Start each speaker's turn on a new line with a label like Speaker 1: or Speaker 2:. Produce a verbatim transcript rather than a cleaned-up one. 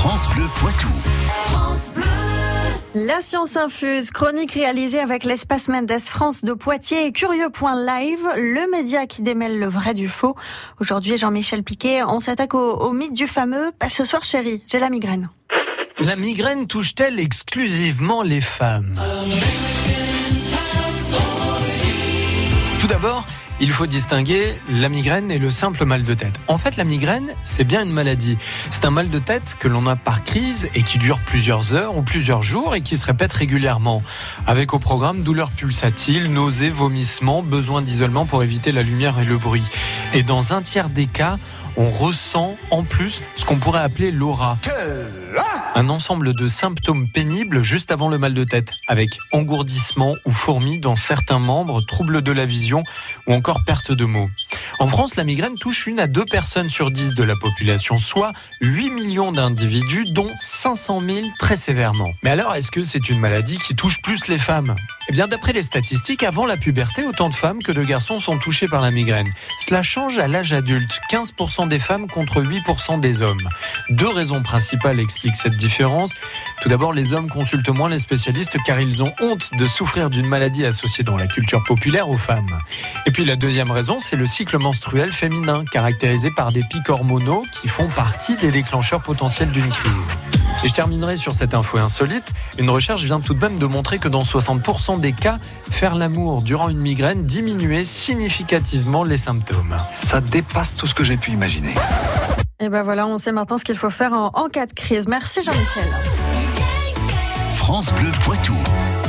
Speaker 1: France Bleu Poitou. France Bleu.
Speaker 2: La science infuse, chronique réalisée avec l'Espace Mendes France de Poitiers et Curieux point live, le média qui démêle le vrai du faux. Aujourd'hui, Jean-Michel Piquet, on s'attaque au, au mythe du fameux « Pas ce soir chérie, j'ai la migraine ».
Speaker 3: La migraine touche-t-elle exclusivement les femmes ? Tout d'abord, il faut distinguer la migraine et le simple mal de tête. En fait, la migraine, c'est bien une maladie. C'est un mal de tête que l'on a par crise et qui dure plusieurs heures ou plusieurs jours et qui se répète régulièrement. Avec au programme douleurs pulsatiles, nausées, vomissements, besoin d'isolement pour éviter la lumière et le bruit. Et dans un tiers des cas, on ressent en plus ce qu'on pourrait appeler l'aura. Un ensemble de symptômes pénibles juste avant le mal de tête, avec engourdissement ou fourmis dans certains membres, troubles de la vision ou encore perte de mots. En France, la migraine touche une à deux personnes sur dix de la population, soit huit millions d'individus, dont cinq cent mille très sévèrement. Mais alors, est-ce que c'est une maladie qui touche plus les femmes ? Eh bien, d'après les statistiques, avant la puberté, autant de femmes que de garçons sont touchés par la migraine. Cela change à l'âge adulte, quinze pour cent des femmes contre huit pour cent des hommes. Deux raisons principales expliquent cette différence. Tout d'abord, les hommes consultent moins les spécialistes car ils ont honte de souffrir d'une maladie associée dans la culture populaire aux femmes. Et puis la deuxième raison, c'est le cycle menstruel féminin, caractérisé par des pics hormonaux qui font partie des déclencheurs potentiels d'une crise. Et je terminerai sur cette info insolite. Une recherche vient tout de même de montrer que dans soixante pour cent des cas, faire l'amour durant une migraine diminuait significativement les symptômes.
Speaker 4: Ça dépasse tout ce que j'ai pu imaginer.
Speaker 2: Et ben voilà, on sait maintenant ce qu'il faut faire en, en cas de crise. Merci Jean-Michel.
Speaker 1: France Bleu Poitou.